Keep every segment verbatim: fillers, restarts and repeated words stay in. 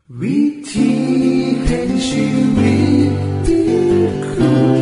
วิธีแห่งชีวิตติคุณ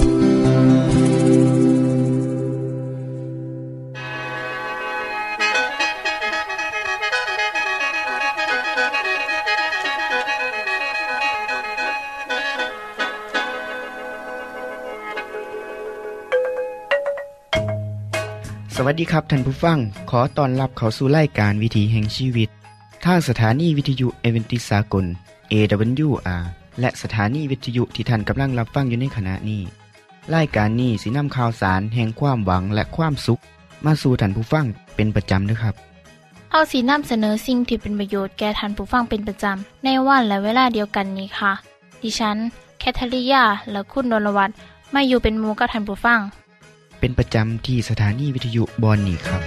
สวัสดีครับท่านผู้ฟังขอต้อนรับเข้าสู่รายการวิถีแห่งชีวิตทางสถานีวิทยุเอเวนติสากล เอ ดับเบิลยู อาร์ และสถานีวิทยุที่ท่านกำลังรับฟังอยู่ในขณะนี้รายการนี้สินำข่าวสารแห่งความหวังและความสุขมาสู่ท่านผู้ฟังเป็นประจำนะครับเฮาสินำเสนอสิ่งที่เป็นประโยชน์แก่ท่านผู้ฟังเป็นประจำในวันและเวลาเดียวกันนี้ค่ะดิฉันแคทริยาและคุณดลวัฒน์มาอยู่เป็นหมู่กับท่านผู้ฟังเป็นประจำที่สถานีวิทยุบอนนี่ครับ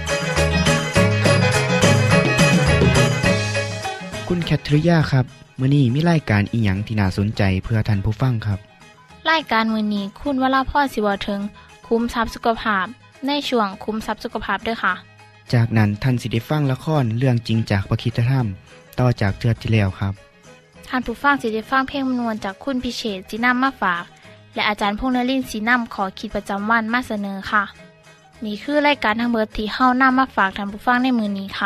คุณแคทริยาครับมื้อนี้มีรายการอีหยังที่น่าสนใจเพื่อท่านผู้ฟังครับรายการมื้อนี้คุณวราพรสิเว้าถึงคุ้มทรัพย์สุขภาพในช่วงคุ้มทรัพย์สุขภาพเด้อค่ะจากนั้นท่านสิได้ฟังละครเรื่องจริงจากพระคริสตธรรมต่อจากเทื่อที่แล้วครับท่านผู้ฟังสิได้ฟังเพลงมนวนจากคุณพิเชษฐ์สินำมาฝากและอาจารย์พงษ์นฤมลศรีนำขอคิดประจำวันมาเสนอค่ะนี่คือรายการทั้งเบิดที่เฮานำมาฝากท่านผู้ฟังในมื้อนี้ค่ะ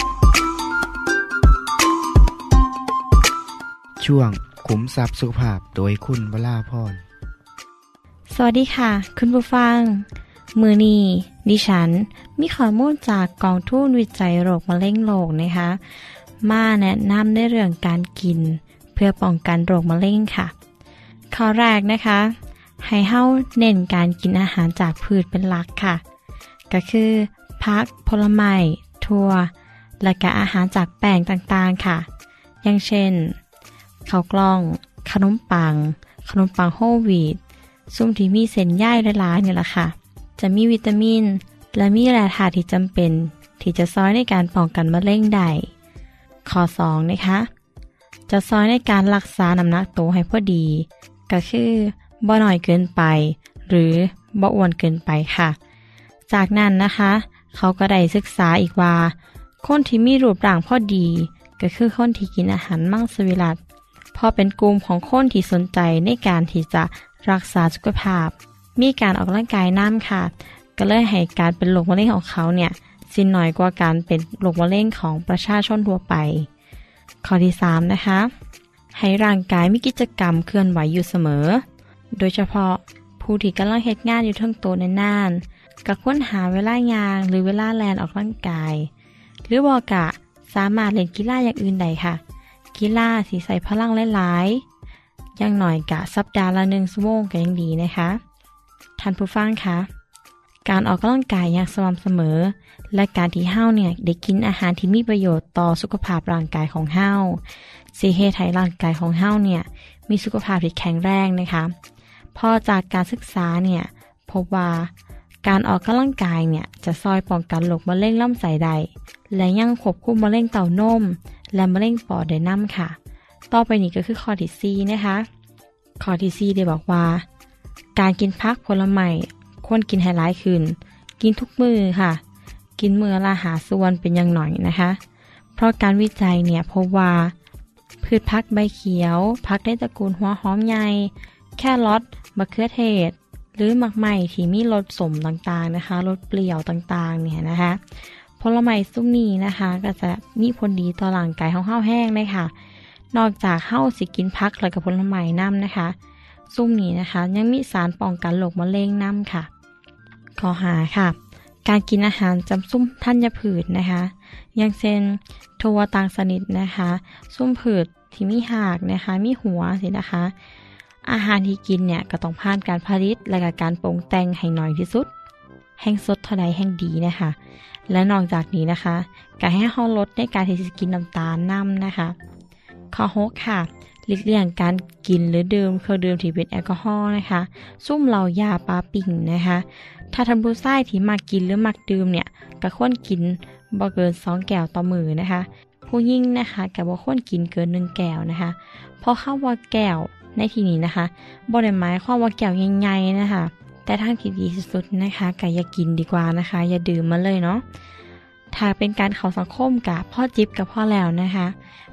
ช่วงขุมทรัพย์สุขภาพโดยคุณวราพรสวัสดีค่ะคุณผู้ฟังมื้อนี้ดิฉันมีข้อมูลจากกองทุนวิจัยโรคมะเร็งโลกนะคะมาแนะนำในเรื่องการกินเพื่อป้องกันโรคมะเร็งค่ะข้อแรกนะคะให้เฮาเน้นการกินอาหารจากพืชเป็นหลักค่ะก็คือผักผลไม้ถั่วและก็อาหารจากแป้งต่างๆค่ะอย่างเช่นข้าวกล้องขนมปังขนมปังโฮลวีตซุ่มที่มีเส้นใยหลายๆนี่แหละค่ะจะมีวิตามินและมีแร่ธาตุที่จำเป็นที่จะช่วยในการป้องกันมะเร็งได้ข้อสองนะคะจะช่วยในการรักษาน้ำหนักตัวให้พอดีก็คือบ่น้อยเกินไปหรือบ่อ้วนเกินไปค่ะจากนั้นนะคะเขาก็ได้ศึกษาอีกว่าคนที่มีรูปร่างพอดีก็คือคนที่กินอาหารมังสวิรัติเพราะเป็นกลุ่มของคนที่สนใจในการที่จะรักษาสุขภาพมีการออกกำลังกายน้ำค่ะก็เลยให้การเป็นโรคมะเร็งของเขาเนี่ยสิ้นน้อยกว่าการเป็นโรคมะเร็งของประชาชนทั่วไปข้อที่สามนะคะให้ร่างกายมีกิจกรรมเคลื่อนไหวอยู่เสมอโดยเฉพาะผู้ที่กำลังเฮ็ดงานอยู่ทั้งโตนานๆก็ควรหาเวลายางหรือเวลาแล่นออกกำลังกายหรือบ่ก็สามารถเล่นกีฬาอย่างอื่นได้ค่ะกีฬาที่ใส่พลังหลายๆอย่างหน่อยกะสัปดาห์ละหนึ่งชั่วโมงก็ยังดีนะคะท่านผู้ฟังคะการออกกำลังกายอย่างสม่ำเสมอและการที่เฮาเนี่ยได้กินอาหารที่มีประโยชน์ต่อสุขภาพร่างกายของเฮาสิเฮ็ดให้ร่างกายของเฮาเนี่ยมีสุขภาพที่แข็งแรงนะคะพอจากการศึกษาเนี่ยพบว่าการออกกำลังกายเนี่ยจะช่วยป้องกันโรคมะเร็งลำไส้ได้และยังควบคุมมะเร็งเต้านมและมะเร็งปอดได้นำค่ะต่อไปนี้ก็คือข้อที่สี่นะคะข้อที่สี่ได้บอกว่าการกินผักผลไม้ควรกินให้หลายขึ้นกินทุกมื้อค่ะกินมื้อละห้าส่วนเป็นอย่างน้อยนะคะเพราะการวิจัยเนี่ยพบว่าพืชผักใบเขียวผักในตระกูลหัวหอมใหญ่แครอทมะเขือเทศหรือหมักไหม้ที่มีรสสมต่างๆนะคะรสเปรี้ยวต่างๆเนี่ยนะคะผลไม้ซุ่มนี้นะคะก็จะมีผลดีต่อร่างกายของเฮาแห้งเลยค่ะนอกจากเฮาสิกินผักแล้วก็ผลไม้นำนะคะซุ่มนี้นะคะยังมีสารป้องกันโรคมะเร็งนำค่ะข้อห้าค่ะการกินอาหารจำซุ่มธัญพืชนะคะอย่างเช่นถั่วต่างชนิดนะคะซุ่มพืชที่มีหากนะคะมีหัวสินะคะอาหารที่กินเนี่ยก็ต้องผ่านการผลิตและก็การปรุงแต่งให้น้อยที่สุดแห้งสดเท่าใดแห้งดีนะคะและนอกจากนี้นะคะก็ให้เฮาลดในการที่จะกินน้ำตาลนำนะคะข้อหกค่ะหลีกเลี่ยงการกินหรือดื่มเครื่องดื่มที่เป็นแอลกอฮอล์นะคะซุ่มเหล้ายาปาปิ่งนะคะถ้าท่านผู้ชายที่มักกินหรือมักดื่มเนี่ยก็ควรกินบ่เกินสองแก้วต่อมื้อนะคะผู้หญิงนะคะก็บ่ควรกินเกินหนึ่งแก้วนะคะเพราะคำว่าแก้วในที่นี้นะคะบ่ได้หมายความว่าแก้วใหญ่ๆนะคะแต่ทางที่ดีที่สุดนะคะก็อย่ากินดีกว่านะคะอย่าดื่มมันเลยเนาะถ้าเป็นการเข้าสังคมกับพ่อจิ๊บกับพ่อแล้วนะคะ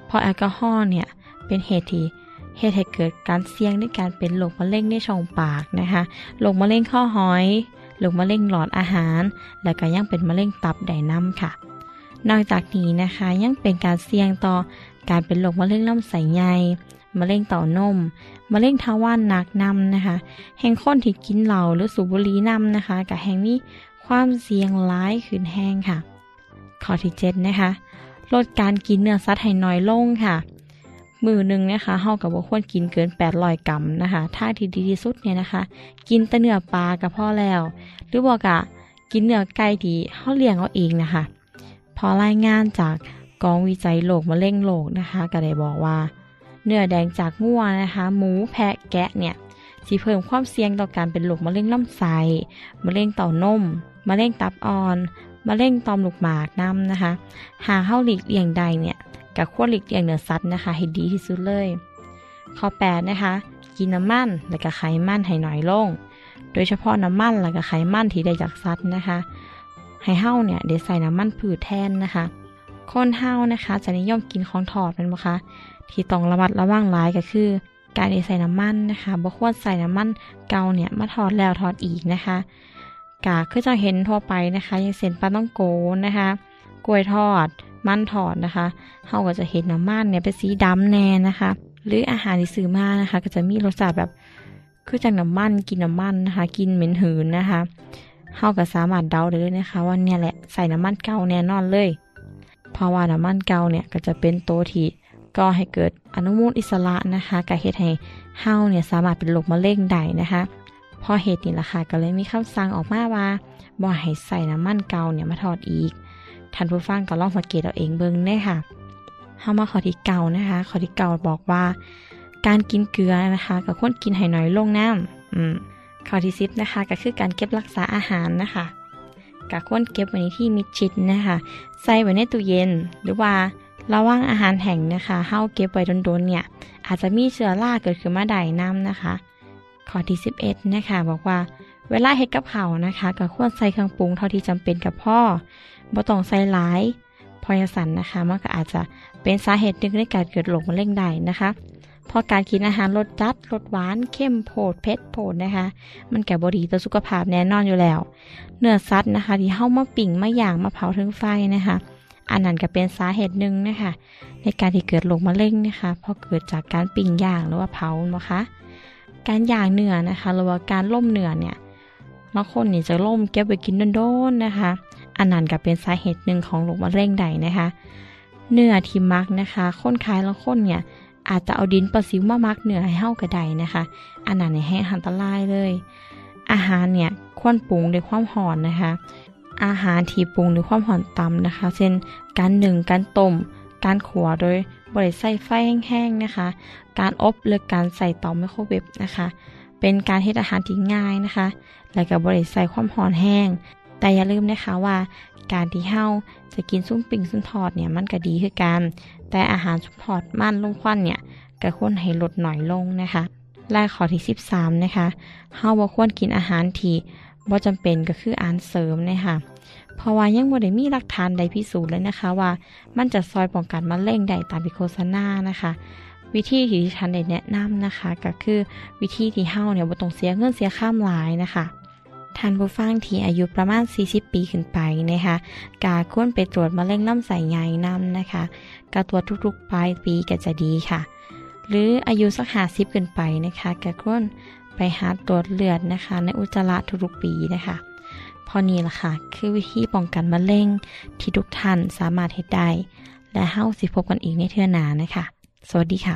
เพราะแอลกอฮอล์เนี่ยเป็นเหตุที่เหตุให้เกิดการเสี่ยงในการเป็นโรคมะเร็งในช่องปากนะคะโรคมะเร็งข้อหอยโรคมะเร็งหลอดอาหารและก็ยังเป็นมะเร็งตับได้นำค่ะนอกจากนี้นะคะยังเป็นการเสี่ยงต่อการเป็นโรคมะเร็งลำไส้ใหญ่มะเร็งเต้านมมะเร็งทวารหนักนำนะคะแห่งคนที่กินเหล้าหรือสูบบุหรี่นำนะคะก็แห่งมีความเสี่ยงร้ายขึ้นแห้งค่ะข้อที่เจ็ดนะคะลดการกินเนื้อสัตว์ให้น้อยลงค่ะมื้อนึงนะคะเฮาก็บ่ควรกินเกินแปดร้อยกรัมนะคะถ้าที่ดีที่สุดเนี่ยนะคะกินแต่เนื้อปลาก็พอแล้วหรือบ่ก็กินเนื้อไก่ที่เฮาเลี้ยงเอาเองนะคะพอรายงานจากกองวิจัยโรคมะเร็งโลกนะคะก็ได้บอกว่าเนื้อแดงจากงัวนะคะหมูแพะแกะเนี่ยสิเพิ่มความเสี่ยงต่อการเป็นโรคมะเร็งลำไส้มะเร็งเต้านมมะเร็งตับอ่อนมะเร็งต่อมลูกหมากนำนะคะหากเฮาหลีกเลี่ยงใดเนี่ยก็ควรหลีกเลี่ยงเนื้อสัตว์นะคะให้ดีที่สุดเลยข้อแปดนะคะกินน้ำมันและก็ไขมันให้น้อยลงโดยเฉพาะน้ำมันและก็ไขมันที่ได้จากสัตว์นะคะให้เฮาเนี่ยได้ใส่น้ำมันพืชแทนนะคะคนเฮานะคะจะนิยมกินของทอดแม่นบ่คะที่ต้องระมัดระวังหลายก็คือการใส่น้ำมันนะคะบ่ควรใส่น้ำมันเก่าเนี่ยมาทอดแล้วทอดอีกนะคะกะคือจะเห็นทั่วไปนะคะอย่างเส้นปลาต้องโกนะคะกล้วยทอดมันทอดนะคะเฮาก็จะเห็นน้ำมันเนี่ยเป็นสีดำแน่นะคะหรืออาหารที่ซื้อมานะคะก็จะมีรสชาติแบบคือจากน้ำมันกินน้ำมันนะคะกินเหม็นหืนนะคะเฮาก็สามารถเดาได้เลยนะคะว่าเนี่ยแหละใส่น้ำมันเก่าแน่นอนเลยเพราะว่าน้ำมันเก่าเนี่ยก็จะเป็นตัวที่ก่อให้เกิดอนุมูลอิสระนะคะก็เฮ็ดให้เฮาเนี่ยสามารถเป็นโรคมะเร็งได้นะคะพอเหตุนี้ล่ะค่ะก็เลยมีคำสั่งออกมาว่าบ่ให้ใส่น้ำมันเก่าเนี่ยมาทอดอีกท่านผู้ฟังก็ลองสังเกตเอาเองเบิ่งเด้ค่ะเฮามาข้อที่เก้านะคะข้อที่เก้าบอกว่าการกินเกลือนะคะก็ควรกินให้น้อยลงน้ำอืมข้อที่สิบนะคะก็คือการเก็บรักษาอาหารนะคะก็ควรเก็บไว้ในที่มิดชิดนะคะใส่ไว้ในตู้เย็นหรือว่าระวังอาหารแห้งนะคะเฮาเก็บไว้โดนๆเนี่ยอาจจะมีเชื้อราเกิดขึ้นมาได้นำนะคะข้อที่สิบเอ็ดนะคะบอกว่าเวลาเฮ็ดกับข้าวนะคะก็ควรใส่เครื่องปรุงเท่าที่จำเป็นกับพ่อบ่ต้องใส่หลายเพราะอย่างนั้นนะคะมันก็อาจจะเป็นสาเหตุหนึ่งในการเกิดโรคมะเร็งได้นะคะเพราะการกินอาหารรสจัดรสหวานเข้มโพดเผ็ดโพดนะคะมันก็บ่ดีต่อสุขภาพแน่นอนอยู่แล้วเนื้อสัตว์นะคะที่เฮามาปิ้งมาย่างมาเผาถึงไฟนะคะอันนั้นก็เป็นสาเหตุหนึ่งนะคะในการที่เกิดโรคมะเร็งนะคะเพราะเกิดจากการปิ้งย่างหรือว่าเผานะคะการย่างเนื้อนะคะหรือว่าการล่มเนื้อเนี่ยบางคนนี่จะล่มเก็บไว้กินโดนๆนะคะอันนั้นก็เป็นสาเหตุหนึ่งของโรคมะเร็งได้นะคะเนื้อที่มักนะคะคนขายแล้วคนเนี่ยอาจจะเอาดินประสิวมามักเนื้อให้เฮาก็ได้นะคะอันนั้นเนี่ยให้อันตรายเลยอาหารเนี่ยควรปรุงด้วยความร้อนนะคะอาหารที่ปรุงด้วยความร้อนต่ำนะคะเช่นการนึ่งการต้มการขั่วโดยบ่ได้ใส่ไฟแห้งๆนะคะการอบหรือการใส่เตาไมโครเวฟนะคะเป็นการเฮ็ดอาหารที่ง่ายนะคะและก็บ่ได้ใส่ความร้อนแห้งแต่อย่าลืมนะคะว่าการที่เฮาจะกินซุ้มปิ้งซุ้มทอดเนี่ยมันก็ดีคือกันแต่อาหารซุ้มทอดมันลงควันเนี่ยก็ควรให้ลดหน่อยลงนะคะและข้อที่สิบสามนะคะเฮาบ่ควรกินอาหารที่บ่จำเป็นก็คืออาหารเสริมนะคะเพราะว่ายังบ่ได้มีหลักฐานใดพิสูจน์เลยนะคะว่ามันจะช่วยป้องกันมะเร็งได้ตามที่โฆษณานะคะวิธีที่ดิฉันได้แนะนำนะคะก็คือวิธีที่เฮาเนี่ยบ่ต้องเสียเงินเสียค่าหลายนะคะท่านผู้ฟังที่อายุประมาณสี่สิบปีขึ้นไปนะคะกาควรไปตรวจมะเร็งลำไส้ใหญ่นำนะคะกาตรวจทุกๆปลายปีก็จะดีค่ะหรืออายุสักห้าสิบขึ้นไปนะคะกาควรไปหาตรวจเลือดนะคะในอุจจาระทุกๆปีนะคะพอนี้ล่ะค่ะคือวิธีป้องกันมะเร็งที่ทุกท่านสามารถเฮ็ดได้และเฮาสิพบกันอีกในเทื่อหน้านะคะสวัสดีค่ะ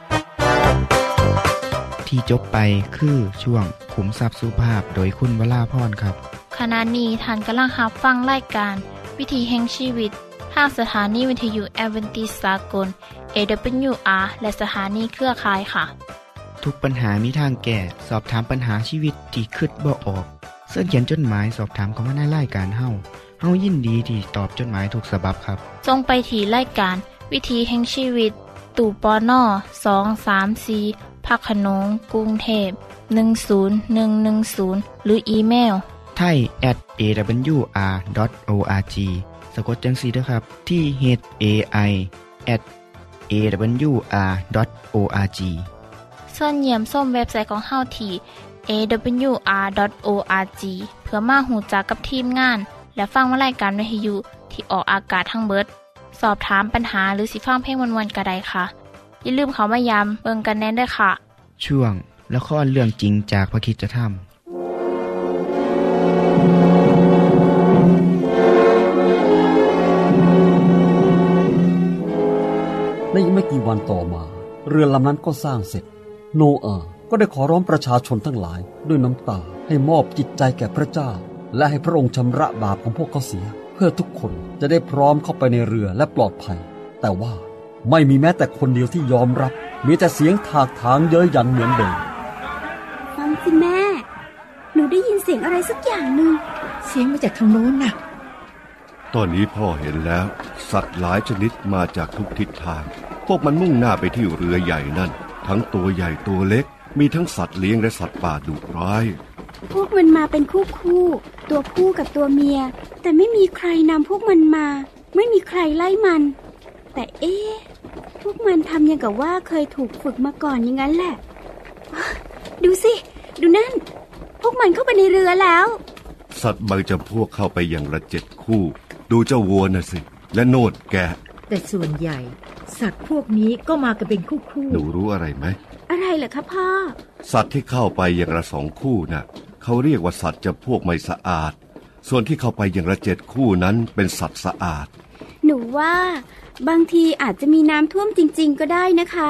ที่จบไปคือช่วงขุมทรัพย์สุภาพโดยคุณวราพรครับขณะนี้ท่านกำลังรับฟังรายการวิถีแห่งชีวิตทางสถานีวิทยุแอดเวนทิสต์สากล เอ ดับเบิลยู อาร์ และสถานีเครือข่ายค่ะทุกปัญหามีทางแก้สอบถามปัญหาชีวิตที่คิดบ่ออกเสิร์ชเขียนจดหมายสอบถามเข้ามาในรายการเฮาเฮายินดีที่ตอบจดหมายทุกฉบับครับส่งไปที่รายการวิถีแห่งชีวิตตู้ปนสอง สาม สี่พักขนงกรุงเทพหนึ่ง ศูนย์ หนึ่ง หนึ่ง ศูนย์หรืออีเมลไทย แอท เอ ดับเบิลยู อาร์ ดอท โอ อาร์ จี สะกดจังซี่เด้อครับที่ เอช เอ ไอ แอทเอ ดับเบิลยู อาร์ ดอท โอ อาร์ จีส่วนเยี่ยมส้มเว็บไซต์ของเฮาที่ เอ ดับเบิลยู อาร์ ดอท โอ อาร์ จี เพื่อมาหูจักกับทีมงานและฟังรายการวิทยุที่ออกอากาศทั้งเบิดสอบถามปัญหาหรือสิฟังเพลงม่วนๆก็ได้ค่ะอย่าลืมเข้ามายามเบิ่งกันแน่นด้วยค่ะช่วงละครเรื่องจริงจากพระคริสตธรรมในไม่กี่วันต่อมาเรือลำนั้นก็สร้างเสร็จโนอาห์ก็ได้ขอร้องประชาชนทั้งหลายด้วยน้ำตาให้มอบจิตใจแก่พระเจ้าและให้พระองค์ชำระบาปของพวกเขาเสียเพื่อทุกคนจะได้พร้อมเข้าไปในเรือและปลอดภัยแต่ว่าไม่มีแม้แต่คนเดียวที่ยอมรับมีแต่เสียงถากถางเย้ยหยันเหมือนเดิมฟังสิแม่หนูได้ยินเสียงอะไรสักอย่างหนึ่งเสียงมาจากทางโน้นน่ะตอนนี้พ่อเห็นแล้วสัตว์หลายชนิดมาจากทุกทิศทางพวกมันมุ่งหน้าไปที่เรือใหญ่นั่นทั้งตัวใหญ่ตัวเล็กมีทั้งสัตว์เลี้ยงและสัตว์ป่าดุร้ายพวกมันมาเป็นคู่คู่ตัวผู้กับตัวเมียแต่ไม่มีใครนำพวกมันมาไม่มีใครไล่มันแต่เอ๊ะพวกมันทำอย่างกับว่าเคยถูกฝึกมาก่อนอย่างนั้นแหละดูสิดูนั่นพวกมันเข้าไปในเรือแล้วสัตว์บางจำพวกเข้าไปอย่างละเจ็ดคู่ดูเจ้าวัวน่ะสิและโนดแกะแต่ส่วนใหญ่สัตว์พวกนี้ก็มากันเป็นคู่คู่หนูรู้อะไรไหมอะไรเหรอคะพ่อสัตว์ที่เข้าไปอย่างละสองคู่น่ะเขาเรียกว่าสัตว์จำพวกไม่สะอาดส่วนที่เข้าไปอย่างละเจ็ดคู่นั้นเป็นสัตว์สะอาดหนูว่าบางทีอาจจะมีน้ำท่วมจริงๆก็ได้นะคะ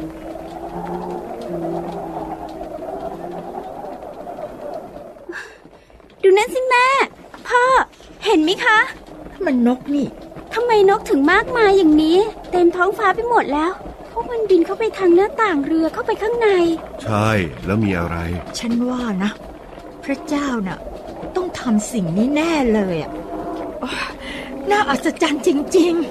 ดูนั่นสิแม่พ่อเห็นไหมคะมันนกนี่ทำไมนกถึงมากมายอย่างนี้เต็มท้องฟ้าไปหมดแล้วพวกมันบินเข้าไปทางหน้าต่างเรือเข้าไปข้างในใช่แล้วมีอะไรฉันว่านะพระเจ้าน่ะต้องทำสิ่งนี้แน่เลยอ่ะน่าอัศจรรย์จริงๆ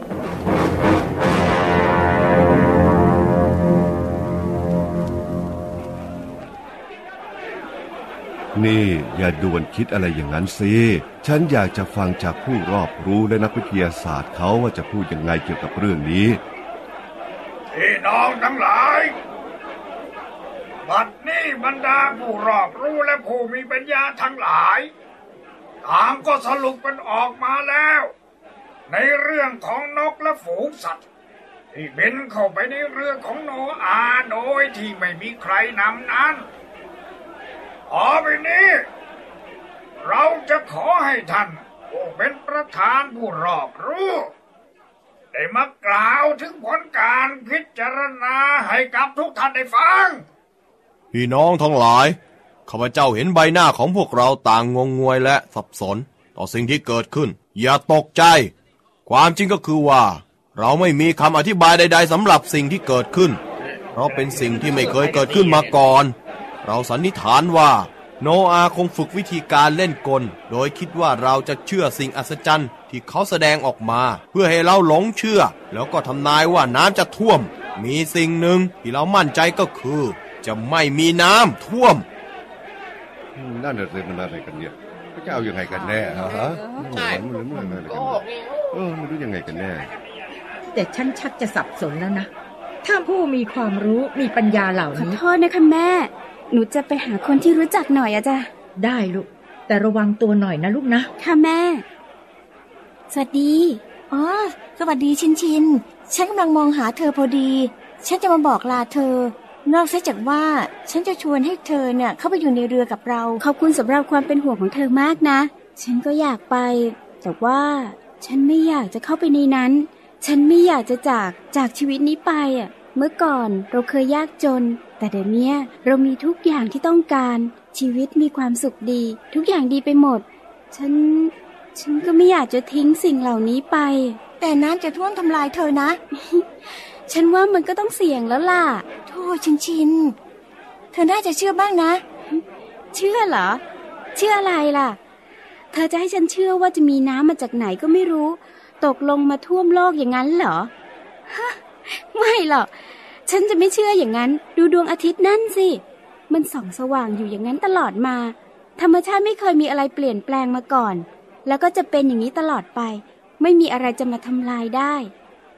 นี่อย่าด่วนคิดอะไรอย่างนั้นสิฉันอยากจะฟังจากผู้รอบรู้และนักวิทยาศาสตร์เขาว่าจะพูดยังไงเกี่ยวกับเรื่องนี้พี่น้องทั้งหลายบัดนี้บรรดาผู้รอบรู้และผู้มีปัญญาทั้งหลายต่างก็สรุปกันออกมาแล้วในเรื่องของนกและฝูงสัตว์ที่บินเข้าไปในเรือของโนอาห์โดยที่ไม่มีใครนำนั้นต่อไปนี้เราจะขอให้ท่านผู้เป็นประธานผู้รอบรู้ได้มากล่าวถึงผลการพิจารณาให้กับทุกท่านได้ฟังพี่น้องทั้งหลายข้าพเจ้าเห็นใบหน้าของพวกเราต่างงงงวยและสับสนต่อสิ่งที่เกิดขึ้นอย่าตกใจความจริงก็คือว่าเราไม่มีคำอธิบายใดๆสำหรับสิ่งที่เกิดขึ้นเพราะเป็นสิ่งที่ไม่เคยเกิดขึ้นมาก่อนเราสันนิษฐานว่าโนอาห์คงฝึกวิธีการเล่นกลโดยคิดว่าเราจะเชื่อสิ่งอัศจรรย์ที่เขาแสดงออกมาเพื่อให้เราหลงเชื่อแล้วก็ทำนายว่าน้ำจะท่วมมีสิ่งหนึ่งที่เรามั่นใจก็คือจะไม่มีน้ำท่วมนั่นน่ะสิมันอะไรกันเนี่ยพระเจ้ายังไงกันแน่ฮะมันมันมันอะไรกันเออไม่รู้ยังไงกันแน่แต่ฉันชักจะสับสนแล้วนะถ้าผู้มีความรู้มีปัญญาเหล่านี้ขอโทษนะคะแม่หนูจะไปหาคนที่รู้จักหน่อยอะจ้ะได้ลูกแต่ระวังตัวหน่อยนะลูกนะค่ะแม่สวัสดีอ๋อสวัสดีชินชินฉันกำลังมองหาเธอพอดีฉันจะมาบอกลาเธอนอกจากว่าฉันจะชวนให้เธอเนี่ยเข้าไปอยู่ในเรือกับเราขอบคุณสำหรับความเป็นห่วงของเธอมากนะฉันก็อยากไปแต่ว่าฉันไม่อยากจะเข้าไปในนั้นฉันไม่อยากจะจากจากชีวิตนี้ไปอ่ะเมื่อก่อนเราเคยยากจนแต่เดี๋ยวนี้เรามีทุกอย่างที่ต้องการชีวิตมีความสุขดีทุกอย่างดีไปหมดฉันฉันก็ไม่อยากจะทิ้งสิ่งเหล่านี้ไปแต่น้ำจะท่วมทำลายเธอนะฉันว่ามันก็ต้องเสี่ยงแล้วล่ะโธ่ชินชินเธอน่าจะเชื่อบ้างนะเชื่อเหรอเชื่ออะไรล่ะเธอจะให้ฉันเชื่อว่าจะมีน้ำมาจากไหนก็ไม่รู้ตกลงมาท่วมโลกอย่างนั้นเหรอฮะไม่หรอกฉันจะไม่เชื่ออย่างนั้นดูดวงอาทิตย์นั่นสิมันส่องสว่างอยู่อย่างนั้นตลอดมาธรรมชาติไม่เคยมีอะไรเปลี่ยนแปลงมาก่อนแล้วก็จะเป็นอย่างนี้ตลอดไปไม่มีอะไรจะมาทำลายได้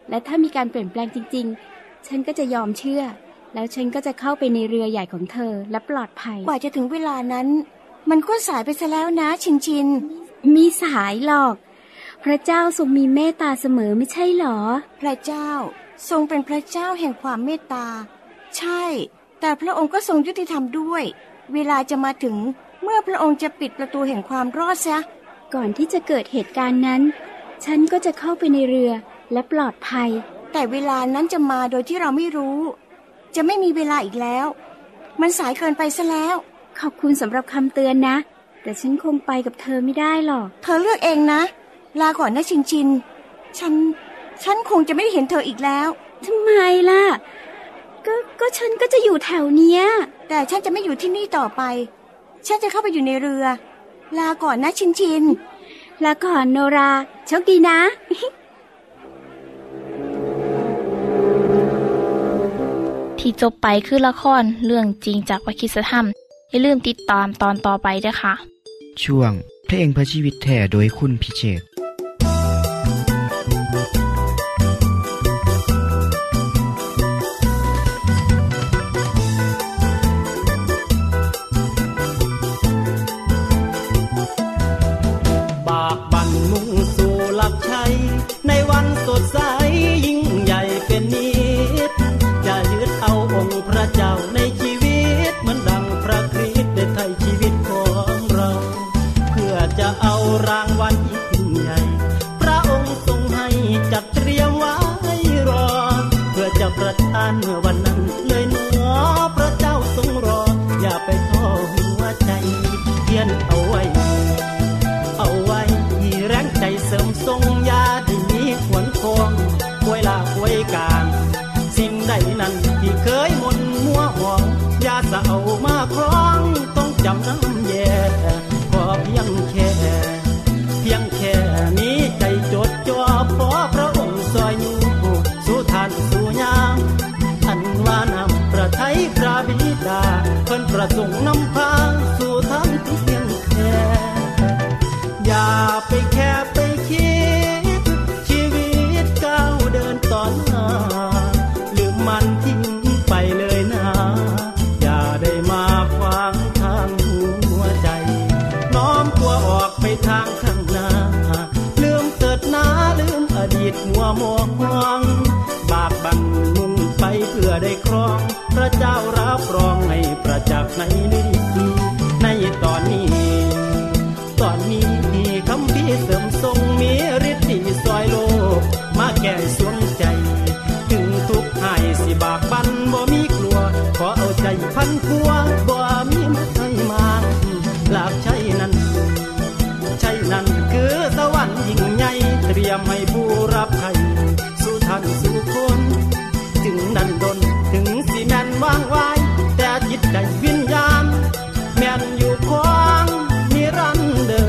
และถ้ามีการเปลี่ยนแปลงจริงๆฉันก็จะยอมเชื่อแล้วฉันก็จะเข้าไปในเรือใหญ่ของเธอและปลอดภัยกว่าจะถึงเวลานั้นมันก็สายไปซะแล้วนะชินชินมีสายหรอกพระเจ้าทรงมีเมตตาเสมอไม่ใช่หรอพระเจ้าทรงเป็นพระเจ้าแห่งความเมตตาใช่แต่พระองค์ก็ทรงยุติธรรมด้วยเวลาจะมาถึงเมื่อพระองค์จะปิดประตูแห่งความรอดซะก่อนที่จะเกิดเหตุการณ์นั้นฉันก็จะเข้าไปในเรือและปลอดภัยแต่เวลานั้นจะมาโดยที่เราไม่รู้จะไม่มีเวลาอีกแล้วมันสายเกินไปซะแล้วขอบคุณสำหรับคำเตือนนะแต่ฉันคงไปกับเธอไม่ได้หรอกเธอเลือกเองนะลาก่อนนะชินชินฉันฉันคงจะไม่ได้เห็นเธออีกแล้วทำไมล่ะก็ก็ฉันก็จะอยู่แถวเนี้ยแต่ฉันจะไม่อยู่ที่นี่ต่อไปฉันจะเข้าไปอยู่ในเรือลาก่อนนะชินชินลาก่อนโนราโชคดีนะที่จบไปคือละครเรื่องจริงจากวคิสธรรมอย่าลืมติดตามตอนต่อไปด้วยค่ะช่วงเพลงเพื่อชีวิตแท้โดยคุณพิเชษฐ์บากบั่นมุ่งสู่หลักชัยในวันสดใสยิ่งใหญ่เป็นนิดจะยึดเอาองค์พระเจ้าในชีวิตเหมือนดังพระคริสต์ได้ไถ่ชีวิตของเราเพื่อจะเอารางวัลยิ่งใหญ่พระองค์ทรงให้จัดเตรียมไว้รอเพื่อจะประทานเมื่อวันนั้นเลยหนอพระเจ้าทรงรออย่าไปท้อหัวใจเพียรเอาไว้เอาไว้แรงใจเสริมทรงยาได้มีขวัญคงควยลาควยการสิ่งใดนั้นที่เคยมนมัวหมองอย่าจะเอามาครองต้องจำน้ำแย่ขอเพียงแค่เพียงแค่นี้ใจจดจ่อขอพระองค์ซอยอยู่สู่ท่านสู่ยามอันว่านำพระทัยพระบิดาเพิ่นประสงค์นำพาสู่ท่านเพียงแค่อย่าไปแค่ไปคิดชีวิตก้าวเดินต่อหน้าลืมมันทิ้งไปเลยนะอย่าได้มาขวางทางหัวใจน้อมตัวออกไปทางข้างหน้าลืมเกิดหน้าลืมอดีตมัวมองบากบั่นมุ่งไปเพื่อได้ครองพระเจ้ารับรองให้ประจักษ์ในฤทธิ์ในตอนนี้ตอนนี้คำพี่เสริมทรงมีฤทธิ์ที่ซอยโลกมาแก้สวงใจถึงทุกข์หายสิบากบั่นบ่มีกลัวขอเอาใจพันพัวบ่มีมาให้มาลาบใช่นั้นใช่นั้นคือสวรรค์ยิ่งใหญ่เตรียมให้ผู้รับใครสู่ท่านสู่คนถึงนั้นดนถึงสิแม่นว่างไว้แต่จิตใจวิญญาณแม่นอยู่คงนิรันดร์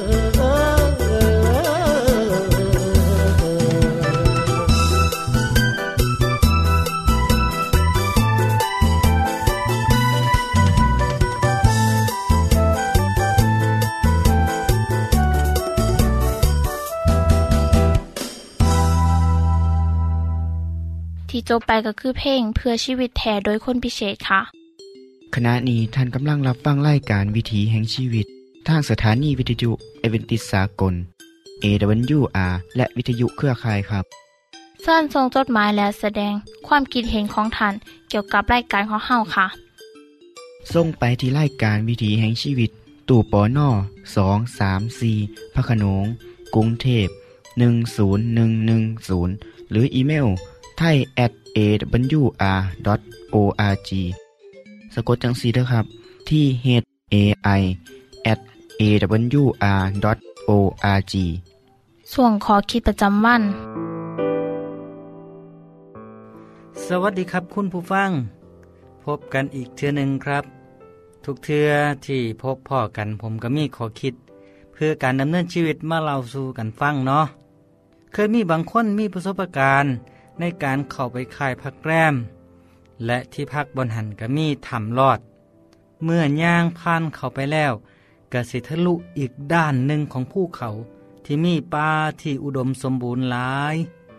ที่จบไปก็คือเพลงเพื่อชีวิตแท้โดยคนพิเศษค่ะขณะนี้ท่านกำลังรับฟังรายการวิถีแห่งชีวิตทางสถานีวิทยุเอเวนติสากล เอ ดับเบิลยู อาร์ และวิทยุเครือข่ายครับเชิญส่งจดหมายและแสดงความคิดเห็นของท่านเกี่ยวกับรายการของเฮาค่ะส่งไปที่รายการวิถีแห่งชีวิตตู้ปนสอง สาม สี่พระโขนงกรุงเทพหนึ่งศูนย์หนึ่งหนึ่งศูนย์หรืออีเมลไทย แอท เอ ดับเบิลยู อาร์ ดอท โอ อาร์ จี สะกดจังซี่เด้อครับที่ เอช เอ ไอ แอท เอ ดับเบิลยู อาร์ ดอท โอ อาร์ จีส่วนขอคิดประจำวันสวัสดีครับคุณผู้ฟังพบกันอีกเทื่อหนึ่งครับ ทุกเทื่อที่พบพ่อกันผมก็มีขอคิดเพื่อการดำเนินชีวิตมาเล่าสู่กันฟังเนาะเคยมีบางคนมีประสบการณ์ในการเข้าไปค่ายพักแรมและที่พักบนหันก็มีถ้ำลอดเมื่อย่างผ่านเข้าไปแล้วก็สิทะลุอีกด้านหนึ่งของภูเขาที่มีป่าที่อุดมสมบูรณ์หลาย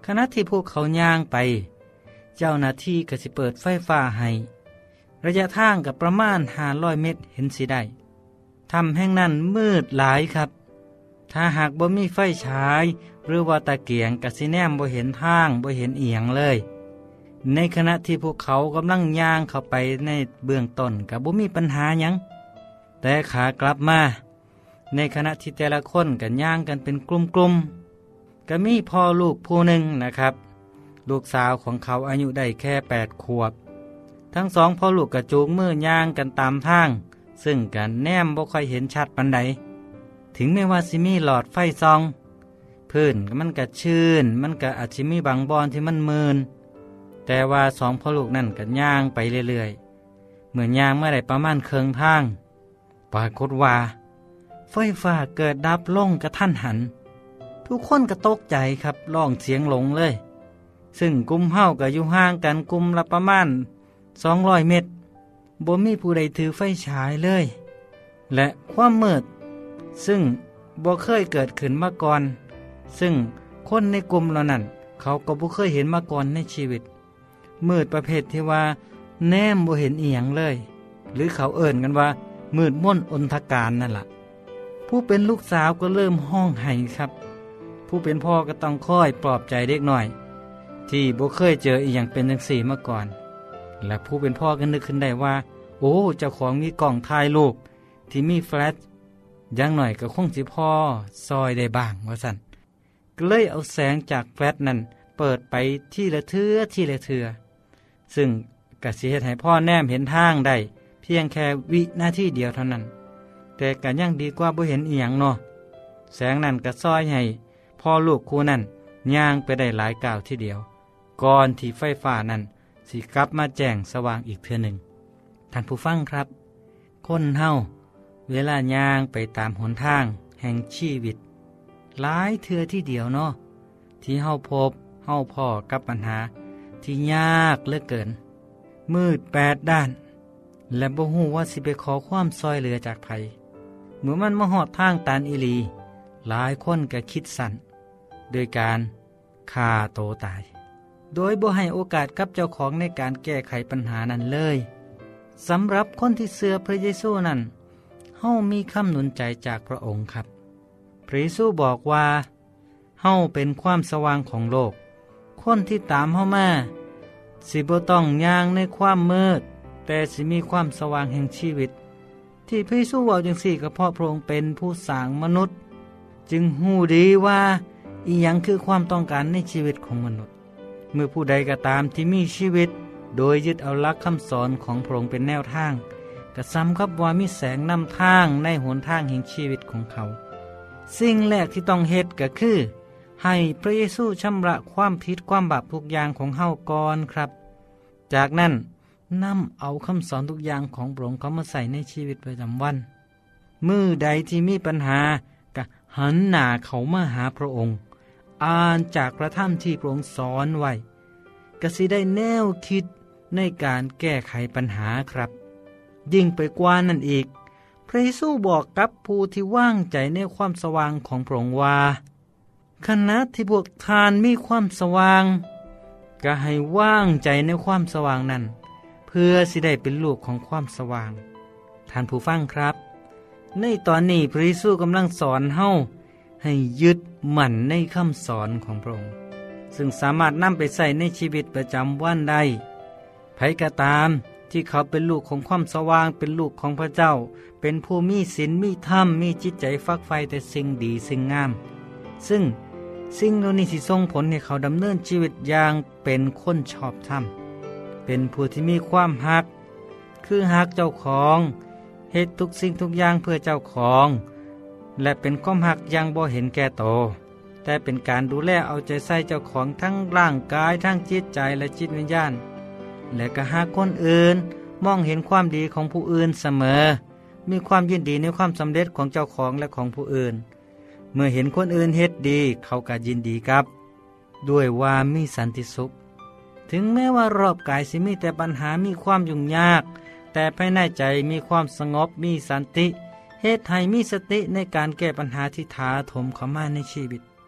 ขณะที่พวกเขาย่างไปเจ้าหน้าที่ก็สิเปิดไฟฟ้าให้ระยะทางกับประมาณห้าร้อยเมตรเห็นสิได้ถ้ำแห่งนั้นมืดหลายครับถ้าหากบ่มีไฟฉายหรือว่าตะเกียงก็สิแนมบ่เห็นทางบ่เห็นเอียงเลยในขณะที่พวกเขากำลังย่างเข้าไปในเบื้องต้นก็บ่มีปัญหาหยังแต่ขากลับมาในขณะที่แต่ละคนกันย่างกันเป็นกลุ่มๆก็มีพ่อลูกผู้หนึ่งนะครับลูกสาวของเขาอายุได้แค่แปดขวบทั้งสองพ่อลูกกระจูงมือย่างกันตามทางซึ่งกันแนมบ่ค่อยเห็นชัดปานใดถึงแม้ว่าสิมีหลอดไฟซองพื้นมันก็ชื้นมันก็อาจสิมีบางบอนที่มันมืนแต่ว่าสองพ่อลูกนั่นก็ย่างไปเรื่อยๆเหมือนย่างเมื่อใดประมาณครึ่งทางปรากฏว่าไฟฟ้าเกิดดับลงกระทันหันทุกคนก็ตกใจครับร้องเสียงหลงเลยซึ่งกลุ่มเฮาก็อยู่ห่างกันกลุ่มละประมาณสองร้อยเมตรบ่มีผู้ใดถือไฟฉายเลยและความมืดซึ่งบ่เคยเกิดขึ้นมาก่อนซึ่งคนในกลุ่มเหล่านั้นเขาก็บ่เคยเห็นมาก่อนในชีวิตมืดประเภทที่ว่าแนมบ่เห็นอีหยังเลยหรือเขาเอิ่นกันว่ามืดม่นอนทการนั่นล่ะผู้เป็นลูกสาวก็เริ่มห้องไห้ครับผู้เป็นพ่อก็ต้องคอยปลอบใจเด็กหน่อยที่บ่เคยเจออีหยังเป็นจังซี่มาก่อนและผู้เป็นพ่อก็นึกขึ้นได้ว่าโอ้เจ้าของมีกล้องถ่ายรูปที่มีแฟลชอย่างหน่อยก็คงสิพ่อซอยได้บ้างว่าซั่นก็เลยเอาแสงจากแฟลชนั้นเปิดไปที่ละเทือที่ละเทือซึ่งก็สิเฮ็ดให้พ่อแนมเห็นทางได้เพียงแค่วินาทีเดียวเท่านั้นแต่ก็ยังดีกว่าบ่เห็นอีหยังเนาะแสงนั้นก็ซอยให้พ่อลูกคู่นั้นย่างไปได้หลายก้าวทีเดียวก่อนที่ไฟฟ้านั้นสิกลับมาแจ้งสว่างอีกเทื่อหนึ่งท่านผู้ฟังครับคนเฮาเวลาย่างไปตามหนทางแห่งชีวิตหลายเทื่อที่เดียวเนาะที่เฮาพบเฮาพ้อกับปัญหาที่ยากเหลือเกินมืดแปดด้านและบ่ฮู้ว่าสิไปขอความช่วยเหลือจากไผเมื่อมันมาฮอดทางตันอีหลีหลายคนก็คิดสั่นโดยการฆ่าตัวตายโดยบ่ให้โอกาสกับเจ้าของในการแก้ไขปัญหานั้นเลยสำหรับคนที่เชื่อพระเยซูนั้นเฮามีคำหนุนใจจากพระองค์ครับพระเยซูบอกว่าเฮาเป็นความสว่างของโลกคนที่ตามเฮามาสิบ่ต้องย่างในความมืดแต่สิมีความสว่างแห่งชีวิตที่พระเยซูเว้าจังซี่ก็เพราะพระองค์เป็นผู้สร้างมนุษย์จึงฮู้ดีว่าอีหยังคือความต้องการในชีวิตของมนุษย์เมื่อผู้ใดก็ตามที่มีชีวิตโดยยึดเอาหลักคำสอนของพระองค์เป็นแนวทางก็ซ้ำกับว่ามีแสงนำทางในหนทางแห่งชีวิตของเขาสิ่งแรกที่ต้องเฮ็ดก็คือให้พระเยซูชำระความผิดความบาปทุกอย่างของเฮาก่อนครับจากนั้นนำเอาคำสอนทุกอย่างของพระองค์เข้ามาใส่ในชีวิตประจำวันมื้อใดที่มีปัญหาก็หันหน้าเข้ามาหาพระองค์อ่านจากพระธรรมที่พระองค์สอนไว้ก็สิได้แนวคิดในการแก้ไขปัญหาครับยิ่งไปกว่านั้นอีกพระเยซูบอกกับผู้ที่ว่างใจในความสว่างของพระองค์ว่าขณะที่พวกทานมีความสว่างก็ให้ว่างใจในความสว่างนั้นเพื่อสิได้เป็นลูกของความสว่างท่านผู้ฟังครับในตอนนี้พระเยซูกำลังสอนเฮาให้ยึดมั่นในคำสอนของพระองค์ซึ่งสามารถนำไปใส่ในชีวิตประจำวันได้ไผก็ตามที่เขาเป็นลูกของความสว่างเป็นลูกของพระเจ้าเป็นผู้มีศีลมีธรรมมีจิตใจฟักใฝ่แต่สิ่งดีสิ่งงามซึ่งสิ่งเหล่านี้สิส่งผลให้เขาดำเนินชีวิตอย่างเป็นคนชอบธรรมเป็นผู้ที่มีความฮักคือฮักเจ้าของเฮ็ดทุกสิ่งทุกอย่างเพื่อเจ้าของและเป็นความฮักอย่างบ่เห็นแก่โตแต่เป็นการดูแลเอาใจใส่เจ้าของทั้งร่างกายทั้งจิตใจและจิตวิญญาณและก็หากคนอื่นมองเห็นความดีของผู้อื่นเสมอมีความยินดีในความสำเร็จของเจ้าของและของผู้อื่นเมื่อเห็นคนอื่นเฮ็ดดีเขาก็ยินดีกับด้วยว่ามีสันติสุขถึงแม้ว่ารอบกายสิมีแต่ปัญหามีความยุ่งยากแต่ภายในใจมีความสงบมีสันติเฮ็ดให้มีสติในการแก้ปัญหาที่ถาโถมเข้ามาในชีวิต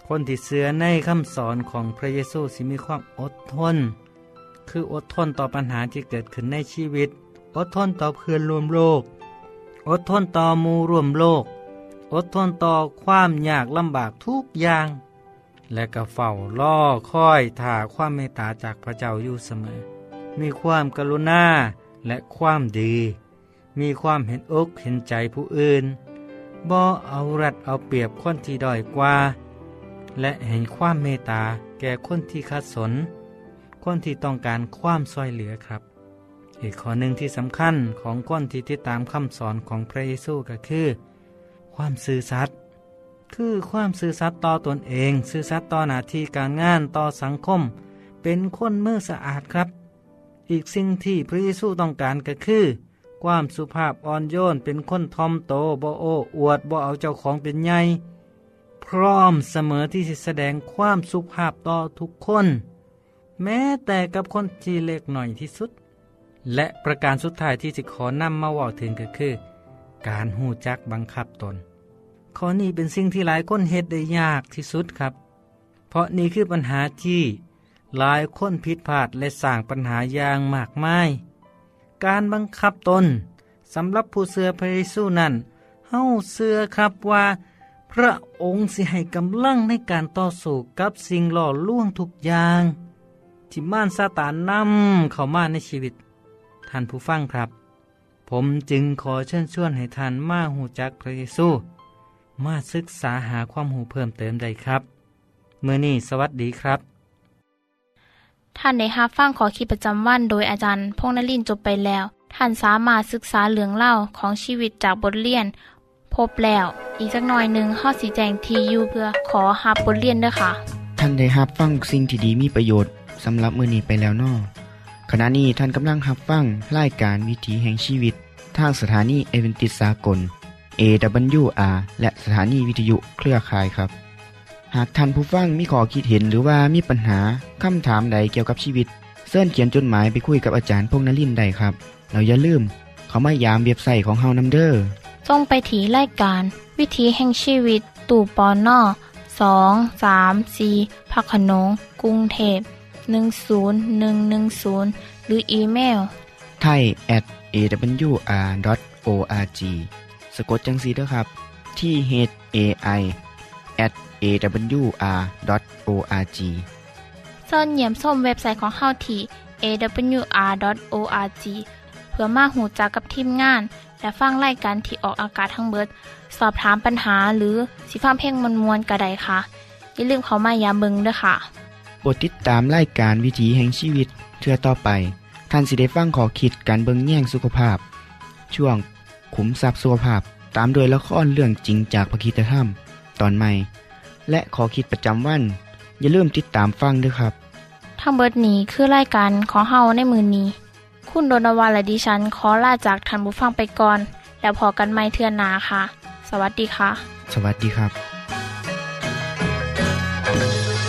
คนที่เชื่อในคำสอนของพระเยซูสิมีความอดทนคืออดทนต่อปัญหาที่เกิดขึ้นในชีวิตอดทนต่อเพื่อนร่วมโลกอดทนต่อหมู่ร่วมโลกอดทนต่อความยากลำบากทุกอย่างและก็เฝ้าล่อคอยถ่าความเมตตาจากพระเจ้าอยู่เสมอมีความกรุณาและความดีมีความเห็นอกเห็นใจผู้อื่นบ่เอารัดเอาเปรียบคนที่ด้อยกว่าและเห็นความเมตตาแก่คนที่ขัดสนคนที่ต้องการความช่วยเหลือครับอีกข้อหนึ่งที่สำคัญของคนที่ติดตามคำสอนของพระเยซูก็คือความซื่อสัตย์คือความซื่อสัตย์ต่อตนเองซื่อสัตย์ต่อหน้าที่การงานต่อสังคมเป็นคนมือสะอาดครับอีกสิ่งที่พระเยซูต้องการก็คือความสุภาพอ่อนโยนเป็นคนทอมโตบ่โอ้อวดบ่เอาเจ้าของเป็นใหญ่พร้อมเสมอที่จะแสดงความสุภาพต่อทุกคนแม้แต่กับคนที่เล็กหน่อยที่สุดและประการสุดท้ายที่จะขอนำมาว่าถึงก็คือการหู้จักบังคับตนข้อนี้เป็นสิ่งที่หลายคนเฮ็ดได้ยากที่สุดครับเพราะนี่คือปัญหาที่หลายคนผิดพลาดและสร้างปัญหาอย่างมากมายการบังคับตนสำหรับผู้เชื่อพระเยซูนั้นเฮาเชื่อครับว่าพระองค์สิให้กำลังในการต่อสู้กับสิ่งหล่อลวงทุกอย่างที่มารซาตานนำเข้ามาในชีวิตท่านผู้ฟังครับผมจึงขอเชิญชวนให้ท่านมาหูจักพระเยซูมาศึกษาหาความรู้เพิ่มเติมได้ครับมื้อนี้สวัสดีครับท่านได้รับฟังขอคิดประจำวันโดยอาจารย์พงษ์นฤมลจบไปแล้วท่านสามารถศึกษาเรื่องเล่าของชีวิตจากบทเรียนพบแล้วอีกสักหน่อยหนึ่งข้อสีแจงทีอยู่เพื่อขอรับบทเรียนด้วยค่ะท่านได้รับฟังสิ่งที่ดีมีประโยชน์สำหรับมื้อนี้ไปแล้วน้อขณะนี้ท่านกำลังรับฟังรายการวิถีแห่งชีวิตทางสถานีเอเวนติสากล เอ ดับเบิลยู อาร์ และสถานีวิทยุเครือข่ายครับหากท่านผู้ฟังมีข้อคิดเห็นหรือว่ามีปัญหาคำถามใดเกี่ยวกับชีวิตเชิญเขียนจดหมายไปคุยกับอาจารย์พงษ์นฤมลได้ครับแล้วอย่าลืมเข้ามายามเว็บไซต์ของเฮานำเด้อส่งไปที่รายการวิถีแห่งชีวิตตู่ปนสอง สาม สี่พระโขนงกรุงเทพหนึ่ง ศูนย์ หนึ่ง หนึ่ง ศูนย์หรืออีเมลไทย แอท เอ ดับเบิลยู อาร์ ดอท โอ อาร์ จี สะกดจังซี่เด้อครับที่ เอช เอ ไอ แอท เอ ดับเบิลยู อาร์ ดอท โอ อาร์ จีเชิญเยี่ยมชมเว็บไซต์ของเฮาที่ เอ ดับเบิลยู อาร์ ดอท โอ อาร์ จี เพื่อมาหูจักกับทีมงานและฟังรายการที่ออกอากาศทั้งเบิดสอบถามปัญหาหรือสิฟังเพลงมวลๆก็ได้ค่ะอย่าลืมเข้ามายามเบิ่งเด้อค่ะโปรดติดตามรายการวิถีแห่งชีวิตเทื่อต่อไปท่านสิได้ฟังขอคิดการเบิ่งแย่งสุขภาพช่วงขุมทรัพย์สุขภาพตามโดยละครเรื่องจริงจากพระคริสตธรรมตอนใหม่และขอคิดประจำวันอย่าลืมติดตามฟังด้วยครับทั้งเบิดนี้คือรายการของเฮาในมื้อนี้คุณโดนวาและดิฉันขอลาจากท่านผู้ฟังไปก่อนแล้วพอกันใหม่เทื่อหน้าค่ะสวัสดีค่ะสวัสดีครับ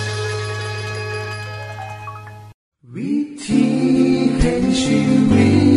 วิถีแห่งชีวิต